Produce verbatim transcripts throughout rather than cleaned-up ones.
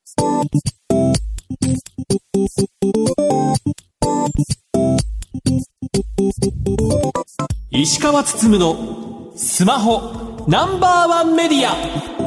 石川つつむのスマホナンバーワンメディア。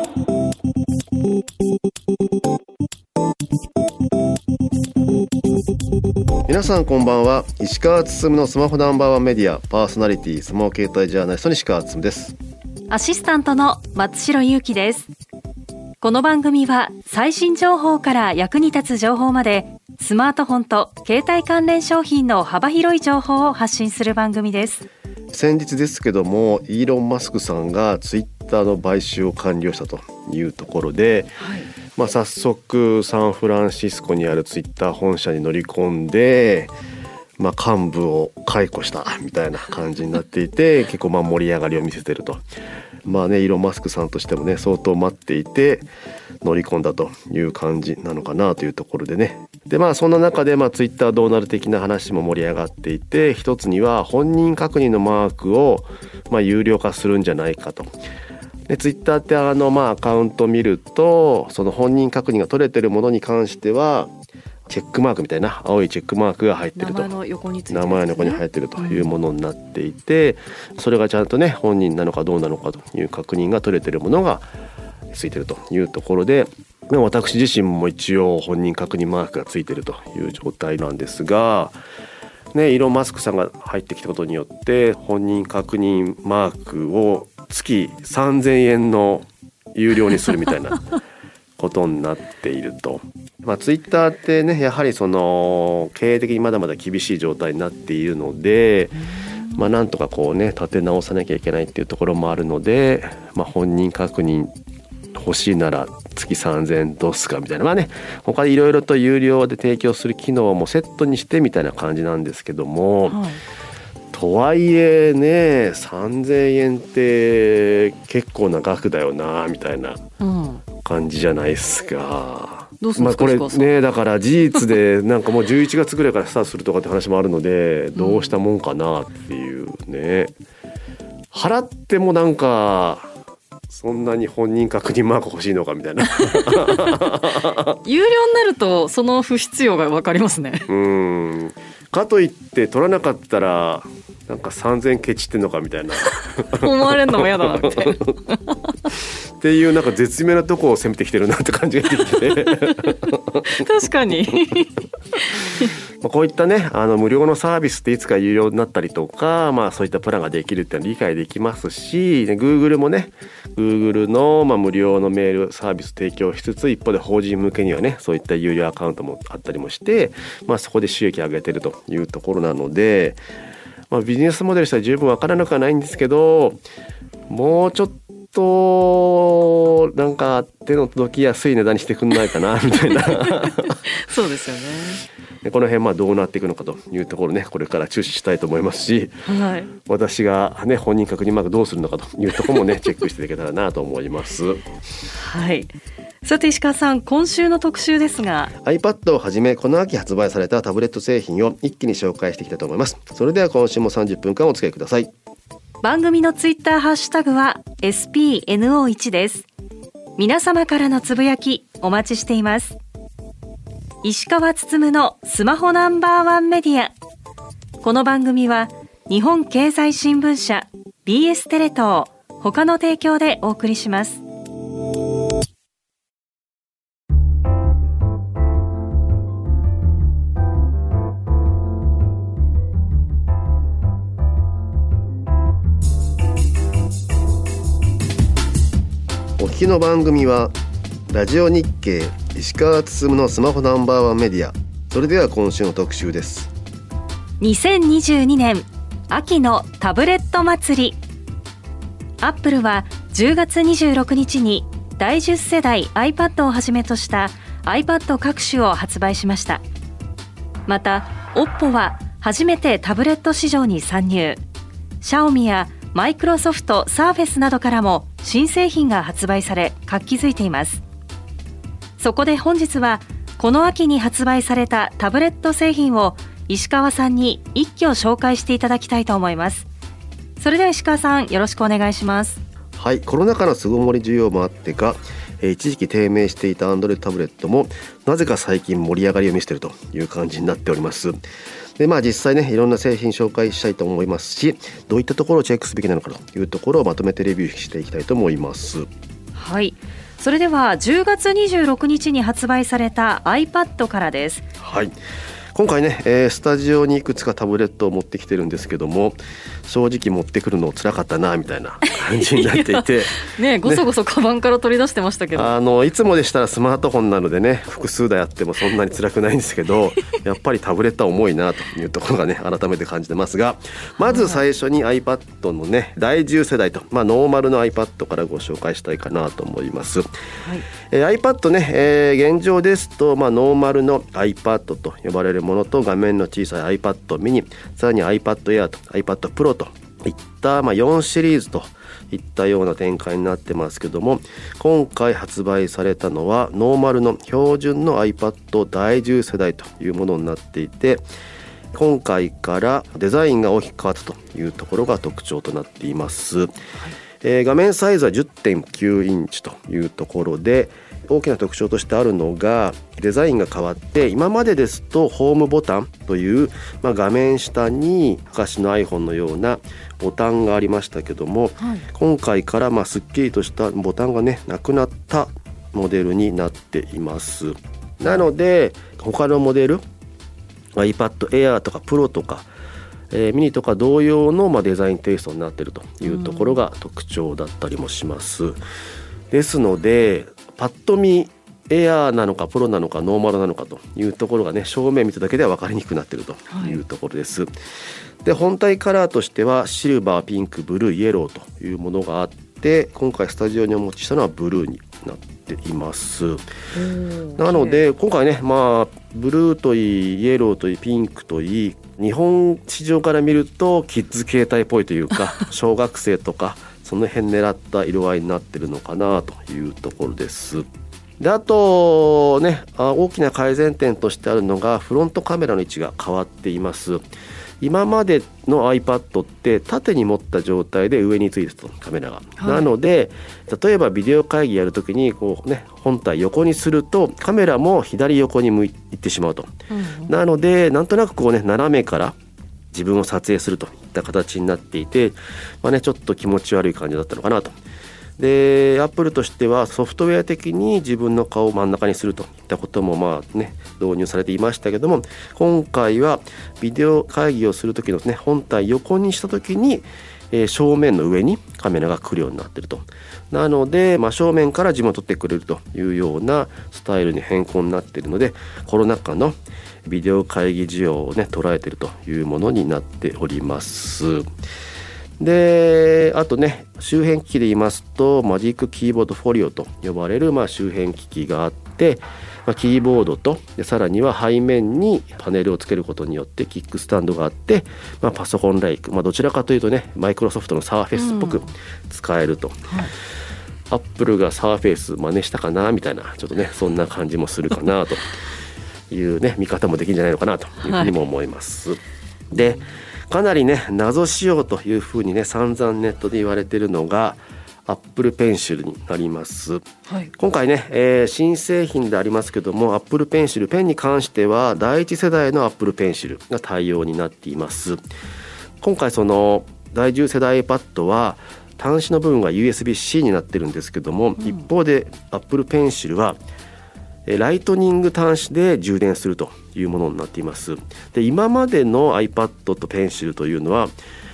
皆さんこんばんは。石川つつむのスマホナンバーワンメディアパーソナリティスマホ携帯ジャーナリストの石川つつむです。 アシスタントの松代ゆうきです。この番組は最新情報から役に立つ情報までスマートフォンと携帯関連商品の幅広い情報を発信する番組です。 先日ですけどもイーロン・マスクさんがツイッターの買収を完了したというところで、はいまあ、早速サンフランシスコにあるツイッター本社に乗り込んで、まあ、幹部を解雇したみたいな感じになっていて結構まあ盛り上がりを見せていると。まあね、イーロン・マスクさんとしてもね相当待っていて乗り込んだという感じなのかなというところでね。でまあそんな中でまあツイッターどうなる的な話も盛り上がっていて、一つには本人確認のマークをまあ有料化するんじゃないかと。でツイッターってあのまあアカウント見るとその本人確認が取れているものに関してはチェックマークみたいな青いチェックマークが入ってると、 名前の横についてる、ね、 名前の横に入ってるというものになっていて、うん、それがちゃんとね本人なのかどうなのかという確認が取れているものがついているというところで、私自身も一応本人確認マークがついているという状態なんですが、ね、イーロン・マスクさんが入ってきたことによって本人確認マークを月さんぜんえんの有料にするみたいなことになっていると。まあ、ツイッターってねやはりその経営的にまだまだ厳しい状態になっているので、まあ、なんとかこうね立て直さなきゃいけないっていうところもあるので、まあ、本人確認欲しいなら月さんぜんえんどうすかみたいな、まあね他でいろいろと有料で提供する機能もセットにしてみたいな感じなんですけども、はい、とはいえねさんぜんえんって結構な額だよなみたいな感じじゃないですか。 どうするんですか、 まあ、これねだから事実でなんかもうじゅういちがつぐらいからスタートするとかって話もあるのでどうしたもんかなっていうね、払ってもなんかそんなに本人確認マーク欲しいのかみたいな有料になるとその不必要が分かりますね。 うんかといって取らなかったらなんかさんぜんえんケチってんのかみたいな思われるのも嫌だなみたいなっていうなんか絶妙なとこを攻めてきてるなって感じがしてきて確かにまあこういったねあの無料のサービスっていつか有料になったりとか、まあ、そういったプランができるっていうのは理解できますし、ね、Google もね Google のまあ無料のメールサービス提供しつつ一方で法人向けにはねそういった有料アカウントもあったりもして、まあ、そこで収益を上げてるというところなので、まあ、ビジネスモデルとしては十分わからなくはないんですけど、もうちょっとなんか手の届きやすい値段にしてくんないかなみたいなそうですよね。 この辺まあどうなっていくのかというところねこれから注視したいと思いますし、はい、私がね本人確認マークどうするのかというところもねチェックしていけたらなと思いますはい。さて石川さん、今週の特集ですが iPad をはじめこの秋発売されたタブレット製品を一気に紹介していきたいと思います。それでは今週もさんじゅっぷんかんお付き合いください。 番組のツイッターハッシュタグは エスピーエヌオーワン です。皆様からのつぶやきお待ちしています。石川つつむのスマホナンバーワンメディア。この番組は日本経済新聞社 ビーエス テレ東他の提供でお送りします。 お聞きの番組はラジオ日経石川つつむのスマホナンバーワンメディア。それでは今週の特集です。 にせんにじゅうにねん秋のタブレット祭り。アップルはじゅうがつにじゅうろくにちにだいじゅっせだい iPad をはじめとした iPad 各種を発売しました。また Oppo は初めてタブレット市場に参入。シャオミやマイクロソフト、サーフェスなどからも新製品が発売され活気づいています。そこで本日はこの秋に発売されたタブレット製品を石川さんに一挙紹介していただきたいと思います。それでは石川さんよろしくお願いします。 はい、コロナ禍の巣ごもり需要もあってかえー、一時期低迷していた Android タブレットもなぜか最近盛り上がりを見せているという感じになっております。でまあ実際ねいろんな製品紹介したいと思いますし、どういったところをチェックすべきなのかというところをまとめてレビューしていきたいと思います。 はい、それではじゅうがつにじゅうろくにちに発売された iPad からです。 はい、今回ね、えー、スタジオにいくつかタブレットを持ってきてるんですけども、正直持ってくるの辛かったなみたいな感じになっていてね、ごそごそカバンから取り出してましたけど、 あのいつもでしたらスマートフォンなのでね複数台あってもそんなに辛くないんですけどやっぱりタブレットは重いなというところがね改めて感じてますが、まず最初に iPad のねだいじゅう世代と、まあ、ノーマルの iPad からご紹介したいかなと思います。はい、えー、iPad ね、えー、現状ですと、まあ、ノーマルの iPad と呼ばれるものと画面の小さい iPad mini、 さらに iPad Air と iPad Pro といった、まあ、よんシリーズといったような展開になってますけども、今回発売されたのはノーマルの標準の iPad だいじゅう世代というものになっていて、今回からデザインが大きく変わったというところが特徴となっています。はい、えー、画面サイズは じゅってんきゅうインチというところで、大きな特徴としてあるのがデザインが変わって、今までですとホームボタンという、まあ、画面下に昔の iPhone のようなボタンがありましたけども、はい、今回からまあすっきりとしたボタンがねなくなったモデルになっています。なので他のモデル iPad Air とか Pro とか、えー、ミニとか同様のまあデザインテイストになっているというところが特徴だったりもします。ですのでパッと見エアーなのかプロなのかノーマルなのかというところがね正面見ただけでは分かりにくくなっているというところです。はい、で本体カラーとしてはシルバー、ピンク、ブルー、イエローというものがあって、今回スタジオにお持ちしたのはブルーになっています。なので今回ね、まあブルーといいイエローといいピンクといい、日本市場から見るとキッズ携帯っぽいというか小学生とかその辺狙った色合いになってるのかなというところです。であとね、大きな改善点としてあるのがフロントカメラの位置が変わっています。今までの iPad って縦に持った状態で上についてたカメラが、はい、なので例えばビデオ会議やるときにこう、ね、本体横にするとカメラも左横に向いてしまうと、うん、なのでなんとなくこうね斜めから自分を撮影するといった形になっていて、まあね、ちょっと気持ち悪い感じだったのかなと。で Apple としてはソフトウェア的に自分の顔を真ん中にするといったこともまあ、ね、導入されていましたけども、今回はビデオ会議をする時の、ね、本体横にした時に、えー、正面の上にカメラが来るようになっていると。なので、まあ、正面から自分を撮ってくれるというようなスタイルに変更になっているので、コロナ禍のビデオ会議需要を、ね、捉えているというものになっております。であとね周辺機器で言いますとマジックキーボードフォリオと呼ばれる、まあ、周辺機器があって、まあ、キーボードとでさらには背面にパネルをつけることによってキックスタンドがあって、まあ、パソコンライク、まあ、どちらかというとねマイクロソフトのサーフェイスっぽく使えると、うんはい、アップルがサーフェイス真似したかなみたいなちょっとねそんな感じもするかなというね見方もできるんじゃないのかなというふうにも思います。はい、でかなりね謎仕様というふうにね散々ネットで言われているのが Apple Pencil になります。はい、今回ね、えー、新製品でありますけども Apple Pencil ペンに関しては第一世代の Apple Pencil が対応になっています。今回そのだいじゅう世代 iPad は端子の部分が ユーエスビー-C になってるんですけども、うん、一方で Apple Pencil はライトニング端子で充電するというものになっています。で今までの iPad とペンシルというのは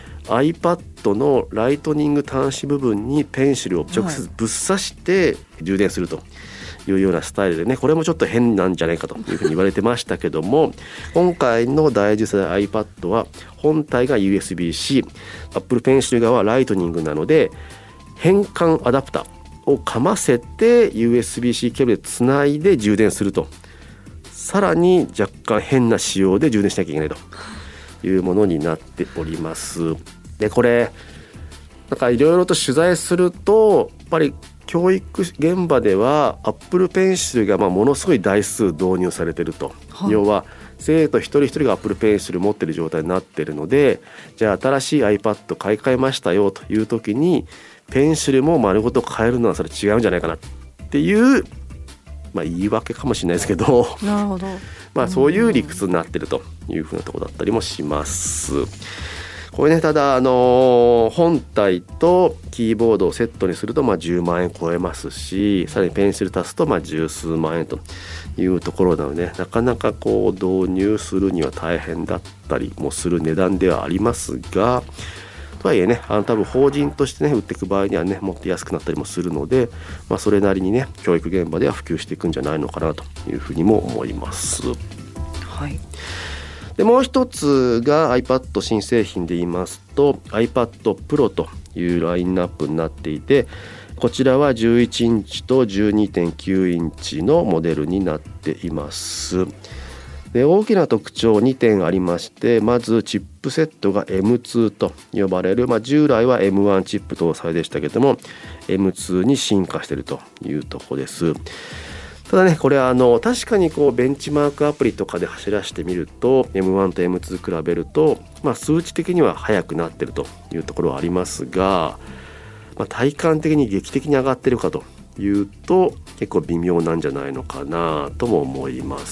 iPad のライトニング端子部分にペンシルを直接ぶっ刺して充電するというようなスタイルでね、これもちょっと変なんじゃないかというふうに言われてましたけども今回のだいじゅう世代 iPad は本体が ユーエスビー-C、 Apple Pencil 側はライトニングなので変換アダプターをかませて ユーエスビー-C ケーブルでつないで充電すると、さらに若干変な仕様で充電しなきゃいけないというものになっております。でこれなんかいろいろと取材するとやっぱり教育現場では Apple Pencil がまあものすごい台数導入されていると、はい、要は生徒一人一人が Apple Pencil 持っている状態になっているので、じゃあ新しい iPad 買い替えましたよという時にペンシルも丸ごと変えるのはそれ違うんじゃないかなっていう、まあ、言い訳かもしれないですけどなるほど、 まあそういう理屈になってるというふうなところだったりもします。これね、ただあの本体とキーボードをセットにするとまあじゅうまんえん超えますし、さらにペンシル足すとまあ十数万円というところなので、なかなかこう導入するには大変だったりもする値段ではありますが、とはいえね、あの多分法人としてね売っていく場合にはねもっと安くなったりもするので、まあ、それなりにね教育現場では普及していくんじゃないのかなというふうにも思います。 はい。 でもう一つが iPad 新製品で言いますと iPad Pro というラインナップになっていて、こちらはじゅういちインチと じゅうにてんきゅうインチのモデルになっています。で大きな特徴にてんありまして、まずチップセットが エムツー と呼ばれる、まあ、従来は エムワン チップ搭載でしたけども エムツー に進化しているというところです。ただね、これはあの確かにこうベンチマークアプリとかで走らせてみると エムワン と エムツー 比べると、まあ、数値的には速くなっているというところはありますが、まあ、体感的に劇的に上がっているかというと結構微妙なんじゃないのかなとも思います。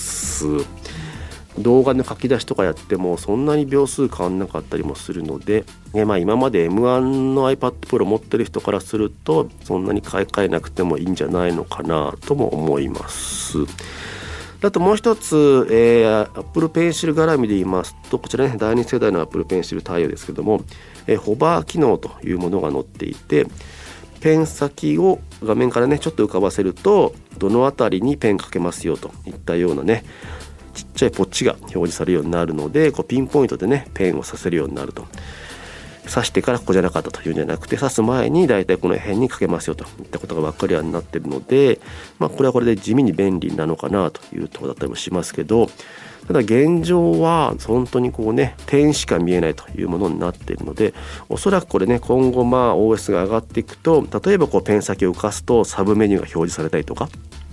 動画の書き出しとかやってもそんなに秒数変わんなかったりもするので、ねまあ、今まで エムワン の iPad Pro 持ってる人からするとそんなに買い替えなくてもいいんじゃないのかなとも思います。あともう一つ、えー、Apple Pencil 絡みで言いますと、こちらねだいに世代の Apple Pencil 対応ですけども、えー、ホバー機能というものが載っていて、ペン先を画面からねちょっと浮かばせるとどのあたりにペンかけますよといったようなねちっちゃいポッチが表示されるようになるので、こうピンポイントでねペンをさせるようになると。刺してからここじゃなかったというんじゃなくて、刺す前にだいたいこの辺にかけますよといったことが分かるようになっているので、まあ、これはこれで地味に便利なのかなというところだったりもしますけど、ただ現状は本当にこうね点しか見えないというものになっているので、おそらくこれね今後まあ オーエス が上がっていくと、例えばこうペン先を浮かすとサブメニューが表示されたりとか、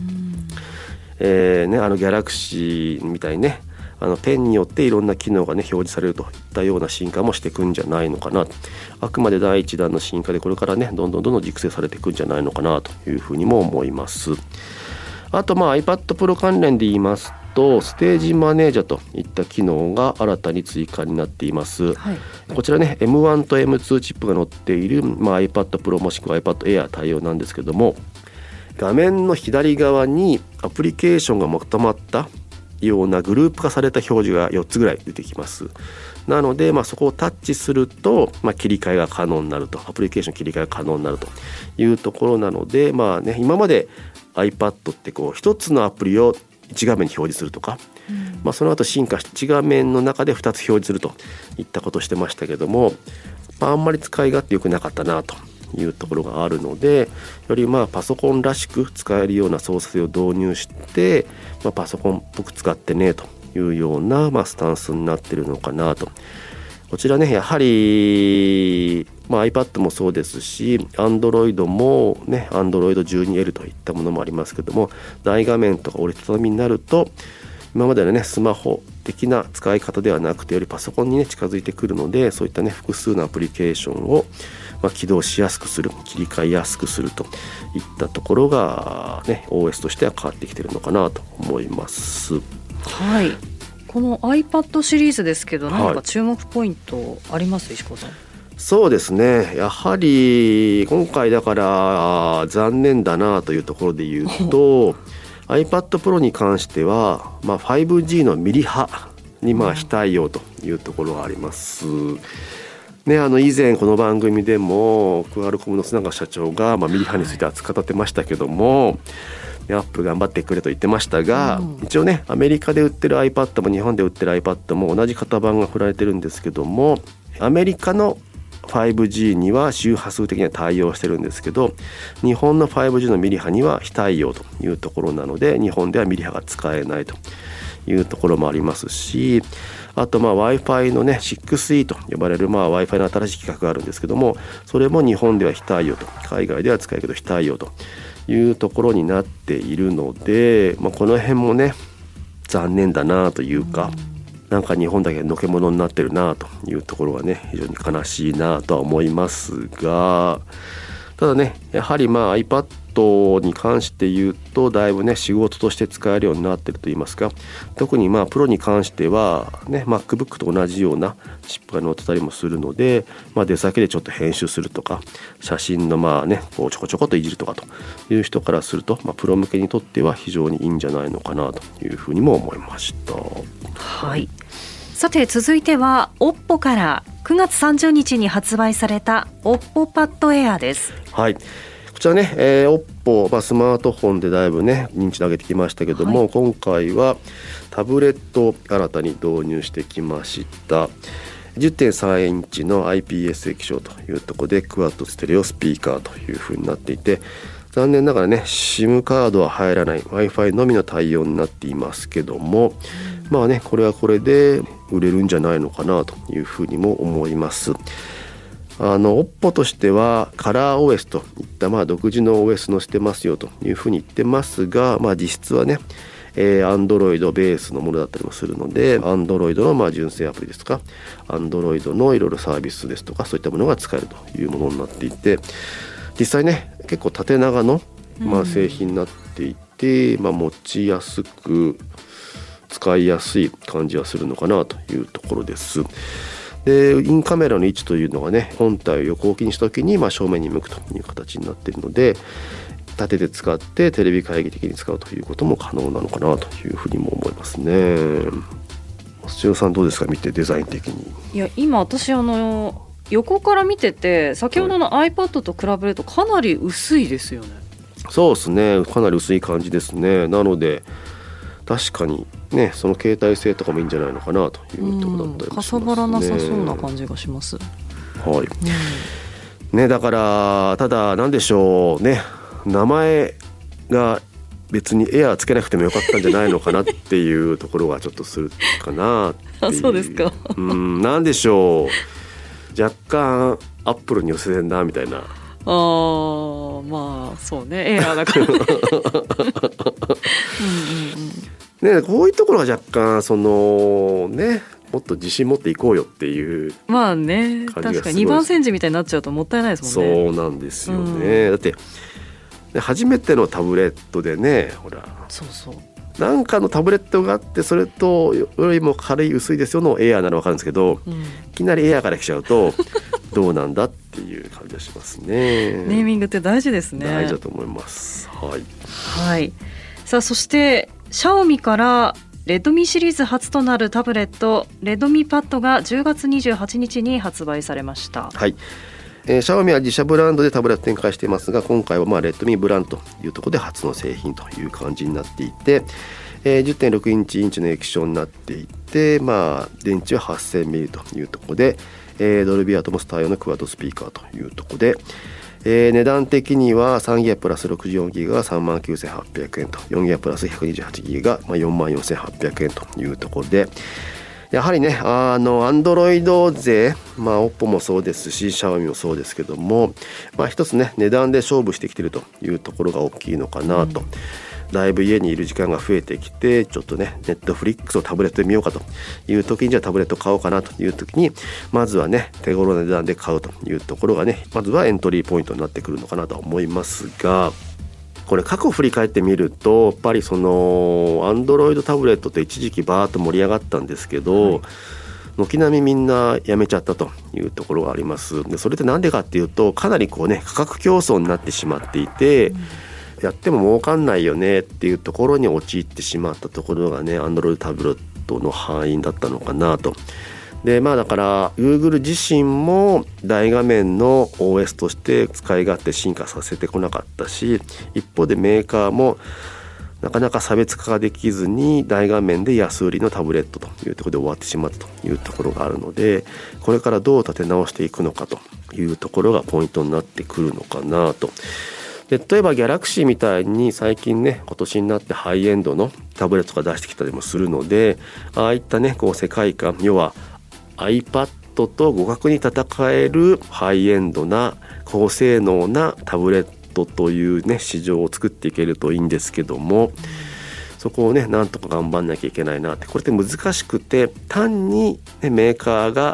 えーね、あのギャラクシーみたいにねあのペンによっていろんな機能がね表示されるといったような進化もしていくんじゃないのかなと。あくまで第一弾の進化でこれからねどんどんどんどん熟成されていくんじゃないのかなというふうにも思います。あとまあ iPad Pro 関連で言いますと、ステージマネージャーといった機能が新たに追加になっています、はい、こちらね エムワン と エムツー チップが載っている、まあ、iPad Pro もしくは iPad Air 対応なんですけども、画面の左側にアプリケーションがまとまったようなグループ化された表示がよっつぐらい出てきます。なので、まあ、そこをタッチすると、まあ、切り替えが可能になると、アプリケーション切り替えが可能になるというところなので、まあね、今まで iPad ってこう一つのアプリを一画面に表示するとか、うんまあ、その後進化して一画面の中でふたつ表示するといったことをしてましたけども、まあ、あんまり使い勝手良くなかったなというところがあるので、よりまあパソコンらしく使えるような操作性を導入して、まあ、パソコンっぽく使ってねというようなまあスタンスになっているのかなと。こちらねやはり、まあ、iPad もそうですし Android もね アンドロイドじゅうにエル といったものもありますけども、大画面とか折りたたみになると今までのねスマホ的な使い方ではなくてよりパソコンにね近づいてくるので、そういったね複数のアプリケーションをまあ起動しやすくする、切り替えやすくするといったところがね オーエス としては変わってきているのかなと思います。 はい、この iPad シリーズですけど何か注目ポイントあります、はい、石川さん。 そうですね、やはり今回だから残念だなというところで言うとiPad Pro に関しては、まあ、ファイブジー のミリ波にまあ非対応というところがあります、ね、あの以前この番組でもクアルコムの須永社長が、まあ、ミリ波について扱ってましたけども、アップル頑張ってくれと言ってましたが、うん、一応ねアメリカで売ってる iPad も日本で売ってる iPad も同じ型番が振られてるんですけども、アメリカの ファイブジー には周波数的には対応してるんですけど、日本の ファイブジー のミリ波には非対応というところなので、日本ではミリ波が使えないというところもありますし、あとまあ Wi-Fi のね シックスイー と呼ばれるまあ Wi-Fi の新しい規格があるんですけども、それも日本では非対応と、海外では使えるけど非対応というところになっているので、まあ、この辺もね残念だなというか、なんか日本だけのけ者になってるなというところがね非常に悲しいなとは思いますが、 ただねやはりまあ iPad に関して言うとだいぶね仕事として使えるようになってると言いますか、特にまあプロに関してはね MacBook と同じようなチップが載ってたりもするので、まあ、出先でちょっと編集するとか写真のまあねこうちょこちょこといじるとかという人からすると、まあ、プロ向けにとっては非常にいいんじゃないのかなというふうにも思いました。 はい、さて続いては Oppo からくがつさんじゅうにちに発売された Oppo Pad Air です。 はい、こちらね、えー、Oppo、まあ、スマートフォンでだいぶね認知度上げてきましたけども、はい、今回はタブレットを新たに導入してきました。 じゅってんさんインチの アイピーエス 液晶というところでクワッドステレオスピーカーというふうになっていて、残念ながらね SIM カードは入らない Wi-Fi のみの対応になっていますけども、まあねこれはこれで売れるんじゃないのかなというふうにも思います。あの Oppo としてはカラー オーエス といったまあ独自の オーエス 載せてますよというふうに言ってますが、まあ、実質はね、えー、Android ベースのものだったりもするので Android のまあ純正アプリですとか Android のいろいろサービスですとかそういったものが使えるというものになっていて、実際ね結構縦長のまあ製品になっていて、うん、まあ、持ちやすく使いやすい感じはするのかなというところです。でインカメラの位置というのがね本体を横置きにした時にまあ正面に向くという形になっているので、立てて使ってテレビ会議的に使うということも可能なのかなというふうにも思いますね。土屋さんどうですか、見てデザイン的に。 いや今私あの横から見てて先ほどの iPad と比べるとかなり薄いですよね。 そうですね、かなり薄い感じですね。なので確かにねその携帯性とかもいいんじゃないのかなというところだったりもしますね。かさばらなさそうな感じがします。はい、うん、ね、だからただなんでしょうね、名前が別にエアーつけなくてもよかったんじゃないのかなっていうところはちょっとするかなっていう。 あ、そうですか。 うん、なんでしょう、若干アップルに寄せてんなみたいな。あー、まあそうね、エアーだからねうんうん、 うんね、こういうところが若干そのねもっと自信持っていこうよっていう感じがすごい。 まあね、確かににばん煎じみたいになっちゃうともったいないですもんね。 そうなんですよね、うん、だって初めてのタブレットでね、ほらそうそうなんかのタブレットがあってそれとよりも軽い薄いですよのエアーなら分かるんですけど、うん、いきなりエアーから来ちゃうとどうなんだっていう感じがしますね。 ネーミングって大事ですね。 大事だと思います。はい、 はい、さあそしてシャオミからレドミシリーズ初となるタブレットレドミパッドがじゅうがつにじゅうはちにちに発売されました。 はい、えー、シャオミは自社ブランドでタブレット展開していますが、今回はまあレッドミブランドというところで初の製品という感じになっていて、えー、じゅってんろくインチインチの液晶になっていて、まあ、電池ははっせんミリというところで、えー、ドルビーアトモス対応のクワッドスピーカーというところで、えー、値段的にはさんギガプラスろくじゅうよんギガがさんまんきゅうせんはっぴゃくえんとよんギガプラスひゃくにじゅうはちギガがよんまんよんせんはっぴゃくえんというところで、やはりねあの Android 勢、まあ Oppo もそうですし Xiaomi もそうですけども、まあ、一つね値段で勝負してきてるというところが大きいのかなと、うん、だいぶ家にいる時間が増えてきてちょっとねネットフリックスをタブレットで見ようかという時に、じゃあタブレット買おうかなという時にまずはね手頃な値段で買うというところがねまずはエントリーポイントになってくるのかなと思いますが、これ過去振り返ってみるとやっぱりその Android タブレットって一時期バーッと盛り上がったんですけど、はい、軒並みみんなやめちゃったというところがあります。でそれってなんでかっていうとかなりこうね価格競争になってしまっていて、うん、やっても儲かんないよねっていうところに陥ってしまったところがね Android タブレットの範囲だったのかなと。でまあだから Google 自身も大画面の オーエス として使い勝手進化させてこなかったし、一方でメーカーもなかなか差別化ができずに大画面で安売りのタブレットというところで終わってしまったというところがあるので、これからどう立て直していくのかというところがポイントになってくるのかなと。で例えばギャラクシーみたいに最近ね今年になってハイエンドのタブレットが出してきたりもするので、ああいったねこう世界観、要は iPad と互角に戦えるハイエンドな高性能なタブレットというね市場を作っていけるといいんですけども、そこをねなんとか頑張んなきゃいけないなって。これって難しくて単に、ね、メーカーが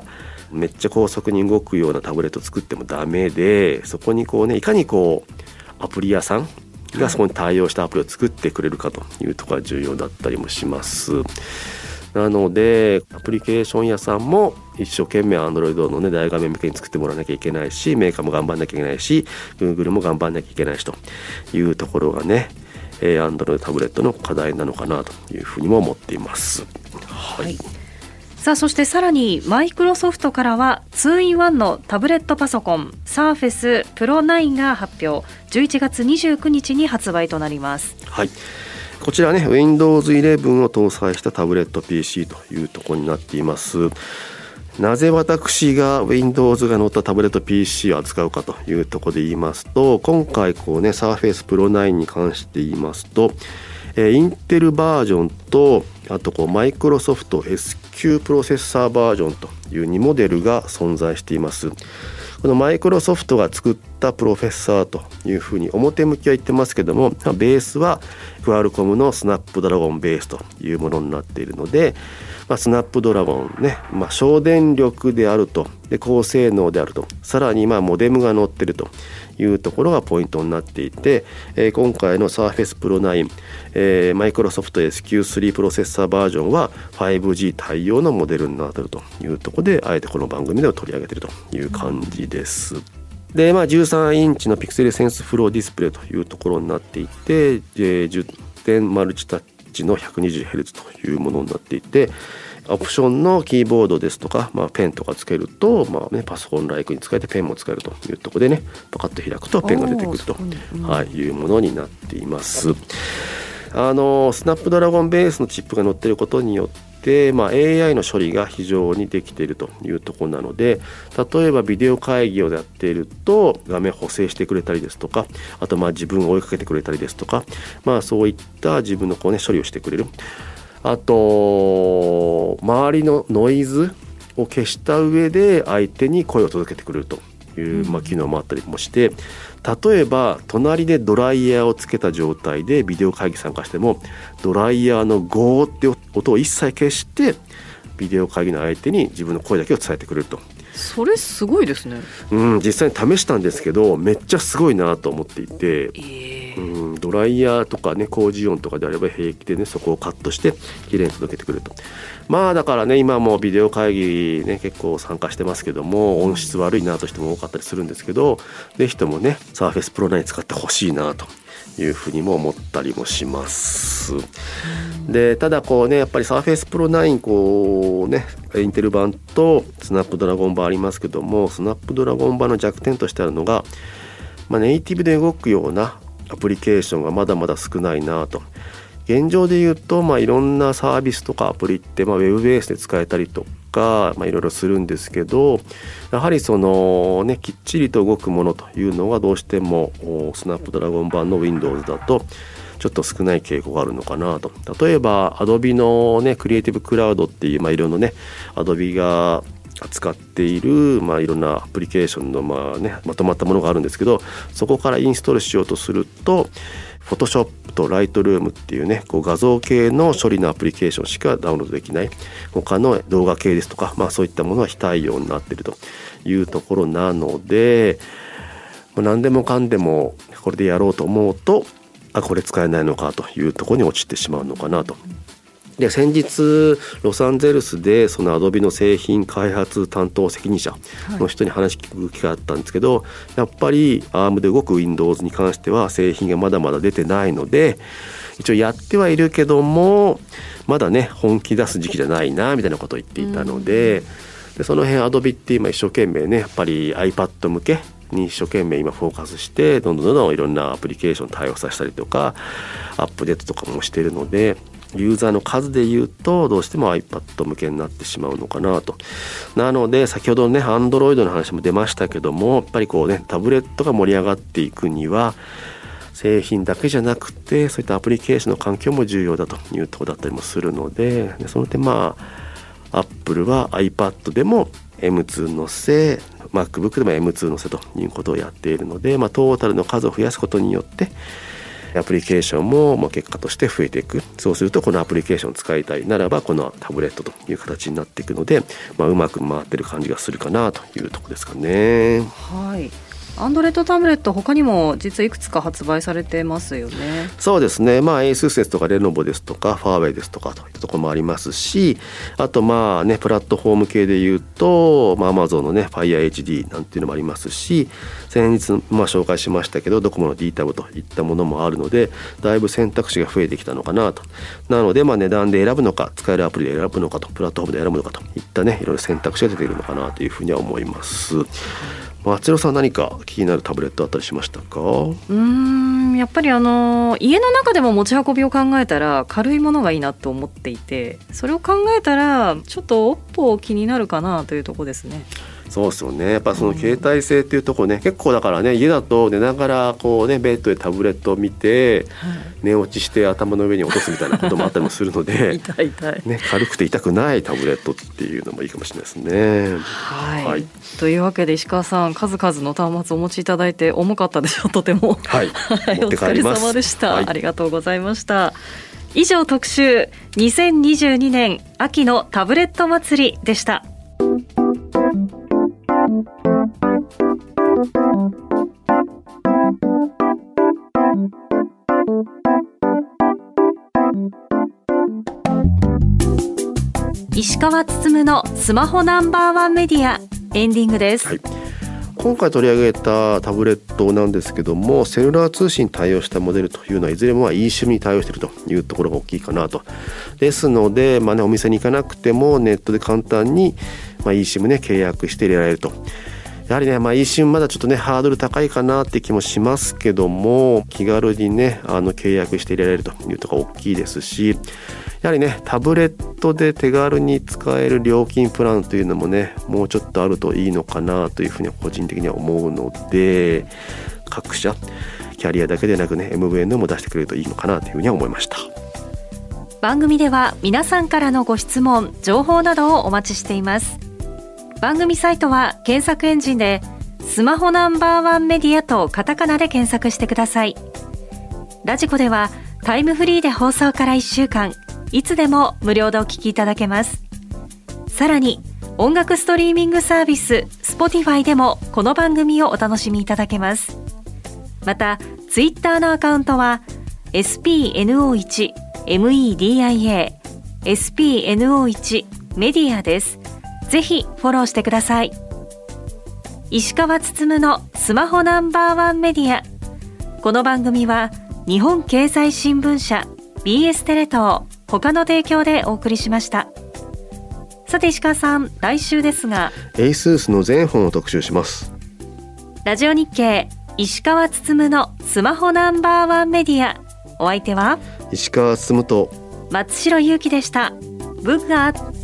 めっちゃ高速に動くようなタブレットを作ってもダメで、そこにこうねいかにこうアプリ屋さんがそこに対応したアプリを作ってくれるかというところが重要だったりもします。なのでアプリケーション屋さんも一生懸命 Android のね大画面向けに作ってもらわなきゃいけないし、メーカーも頑張んなきゃいけないし Google も頑張んなきゃいけないしというところがね、えー、Android タブレットの課題なのかなというふうにも思っています。はい、はい、 さあそしてさらにマイクロソフトからは ツーインワン のタブレットパソコン Surface Pro ナインが発表、じゅういちがつにじゅうくにちに発売となります。 はい、こちらね ウィンドウズイレブン を搭載したタブレット ピーシー というところになっています。なぜ私が Windows が載ったタブレット ピーシー を扱うかというところで言いますと、今回こうね Surface Pro ナインに関して言いますと、えー、インテルバージョンとあとこうマイクロソフト エスキュー プロセッサーバージョンというにモデルが存在しています。このマイクロソフトが作ったプロフェッサーというふうに表向きは言ってますけども、ベースはクアルコムのスナップドラゴンベースというものになっているので、まあ、スナップドラゴンね、まあ、省電力であると、で高性能であると、さらにまあモデムが載っているというところがポイントになっていて、えー、今回の Surface Pro ナイン、えー、マイクロソフト エスキュースリー プロセッサーバージョンは ファイブジー 対応のモデルになっているというところで、あえてこの番組では取り上げているという感じです。で、まあ、じゅうさんインチのピクセルセンスフローディスプレイというところになっていて、えー、じゅってんマルチタッチの ひゃくにじゅうヘルツ というものになっていて、オプションのキーボードですとか、まあ、ペンとかつけると、まあね、パソコンライクに使えてペンも使えるというところでね、パカッと開くとペンが出てくると、うんはい、いうものになっています。あのスナップドラゴンベースのチップが載っていることによって、まあ、エーアイ の処理が非常にできているというところなので、例えばビデオ会議をやっていると画面補正してくれたりですとか、あとまあ自分を追いかけてくれたりですとか、まあ、そういった自分のこう、ね、処理をしてくれる。あと周りのノイズを消した上で相手に声を届けてくれるという、まあ、機能もあったりもして、例えば隣でドライヤーをつけた状態でビデオ会議参加しても、ドライヤーのゴーって音を一切消してビデオ会議の相手に自分の声だけを伝えてくれると。 それすごいですね。 うん、実際に試したんですけどめっちゃすごいなと思っていて、 えーうん、ドライヤーとかね工事音とかであれば平気でねそこをカットしてきれいに届けてくれると。まあだからね今もビデオ会議ね結構参加してますけども、音質悪いなという人も多かったりするんですけど、ぜひともね Surface Pro ナイン使ってほしいなというふうにも思ったりもします。でただこうねやっぱり Surface Pro ナインこうねインテル版とスナップドラゴン版ありますけども、スナップドラゴン版の弱点としてあるのが、まあ、ネイティブで動くようなアプリケーションがまだまだ少ないなと。現状で言うと、まあ、いろんなサービスとかアプリって、まあ、ウェブベースで使えたりとか、まあ、いろいろするんですけど、やはりそのねきっちりと動くものというのはどうしてもスナップドラゴン版の Windows だとちょっと少ない傾向があるのかなと。例えば Adobe のねクリエイティブクラウドっていう、まあ、いろんなね Adobe が扱っている、まあ、いろんなアプリケーションの、まあね、まとまったものがあるんですけど、そこからインストールしようとすると Photoshop と Lightroom っていうねこう画像系の処理のアプリケーションしかダウンロードできない、他の動画系ですとか、まあ、そういったものは非対応になっているというところなので、まあ、何でもかんでもこれでやろうと思うと、あこれ使えないのかというところに落ちてしまうのかなと。で先日ロサンゼルスでそのアドビの製品開発担当責任者の人に話聞く機会があったんですけど、はい、やっぱり アーム で動く Windows に関しては製品がまだまだ出てないので、一応やってはいるけどもまだね本気出す時期じゃないなみたいなことを言っていたので、でその辺アドビって今一生懸命ねやっぱり iPad 向けに一生懸命今フォーカスしてどんどんどんどんいろんなアプリケーション対応させたりとかアップデートとかもしているので、ユーザーの数で言うとどうしても iPad 向けになってしまうのかなと。なので先ほどね Android の話も出ましたけども、やっぱりこうねタブレットが盛り上がっていくには製品だけじゃなくてそういったアプリケーションの環境も重要だというところだったりもするので、その点まあ Apple は iPad でも エムツー 乗せ MacBook でも エムツー 乗せということをやっているので、まあ、トータルの数を増やすことによってアプリケーションもまあ結果として増えていく。そうするとこのアプリケーションを使いたいならばこのタブレットという形になっていくので、まあ、うまく回ってる感じがするかなというところですかね。 はい。アンドロイドタブレット他にも実はいくつか発売されてますよね。 そうですね、まあ、エースース ですとかレノボですとかファーウェイですとかといったところもありますし、あとまあねプラットフォーム系でいうと、まあ、Amazon のね Fire エイチディー なんていうのもありますし、先日まあ紹介しましたけどドコモの D タブといったものもあるので、だいぶ選択肢が増えてきたのかなと。なのでまあ値段で選ぶのか使えるアプリで選ぶのかとプラットフォームで選ぶのかといったねいろいろ選択肢が出ているのかなというふうには思います。松代さん何か気になるタブレットあったりしましたか？ うーんやっぱりあの家の中でも持ち運びを考えたら軽いものがいいなと思っていて、それを考えたらちょっと Oppo 気になるかなというところですね。 そうですよね。やっぱその携帯性っていうところね、結構だからね家だと寝ながらこうねベッドでタブレットを見て、はい、寝落ちして頭の上に落とすみたいなこともあったりもするので痛い痛い、 ね、軽くて痛くないタブレットっていうのもいいかもしれないですね。 はい、 はい、 というわけで石川さん数々の端末をお持ちいただいて重かったでしょうとても。 はい、 はい、 持って帰ります。 お疲れ様でした、 はい、 ありがとうございました。以上特集にせんにじゅうにねん秋のタブレット祭りでした。石川つつむのスマホナンバーワンメディアエンディングです。 はい、今回取り上げたタブレットなんですけども、セルラー通信に対応したモデルというのはいずれも eSIM に対応しているというところが大きいかなと。ですので、まあね、お店に行かなくてもネットで簡単に、まあ、eSIM ね契約して入れられると。やはりね、まあ、eSIM まだちょっとねハードル高いかなって気もしますけども、気軽にねあの契約して入れられるというところが大きいですし、やはりねタブレットで手軽に使える料金プランというのもねもうちょっとあるといいのかなというふうに個人的には思うので、各社キャリアだけでなくね エムブイエヌ も出してくれるといいのかなというふうには思いました。 番組では皆さんからのご質問情報などをお待ちしています。番組サイトは検索エンジンでスマホナンバーワンメディアとカタカナで検索してください。ラジコではタイムフリーで放送からいっしゅうかんいつでも無料でお聞きいただけます。さらに音楽ストリーミングサービス Spotify でもこの番組をお楽しみいただけます。またツイッターのアカウントは エスピーエヌオーワン メディア エスピーエヌオーワン メディアです。ぜひフォローしてください。石川つつむのスマホナンバーワンメディア。この番組は日本経済新聞社 ビーエス テレ東他の提供でお送りしました。さて石川さん、来週ですがエースース の全本を特集します。 ラジオ日経石川つつむのスマホナンバーワンメディア。お相手は石川つつむと松代ゆうきでした。ブッガー